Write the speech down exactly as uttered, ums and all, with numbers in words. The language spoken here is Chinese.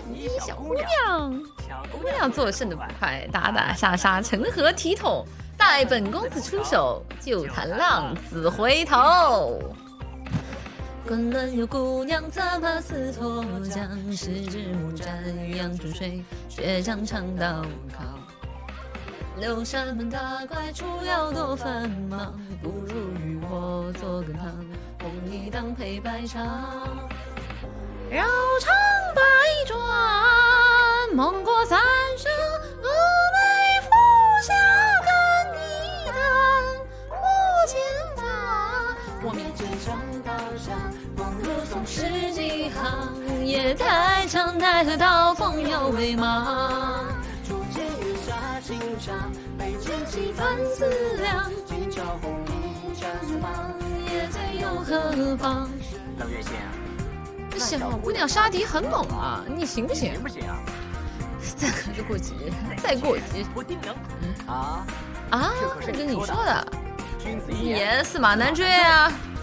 你小姑娘， 小姑姑娘做甚的不快，打打杀杀，成何体统？待本公子出手，就谈浪子回头。滚轮有姑娘，策马似沱江，十指木战于阳春水，血浆肠道靠。六扇门打怪出了多繁忙，不如与我做羹汤，红衣当配白茶。绕场百转，梦过三生，峨眉俯下跟你谈，不见他。我面这场刀下，风如松十几行，夜太长，奈何刀锋有为忙。 初见月下清茶，眉间几番思量，今朝红衣战四方， 夜醉又何妨？ 冷月仙啊， 这小姑娘杀敌很猛啊，你行不行？ 行不行啊？ 再再过级，再过级！ 我定能啊啊！ 这可是跟你说你说的的， 君子一言， 也驷马难追啊！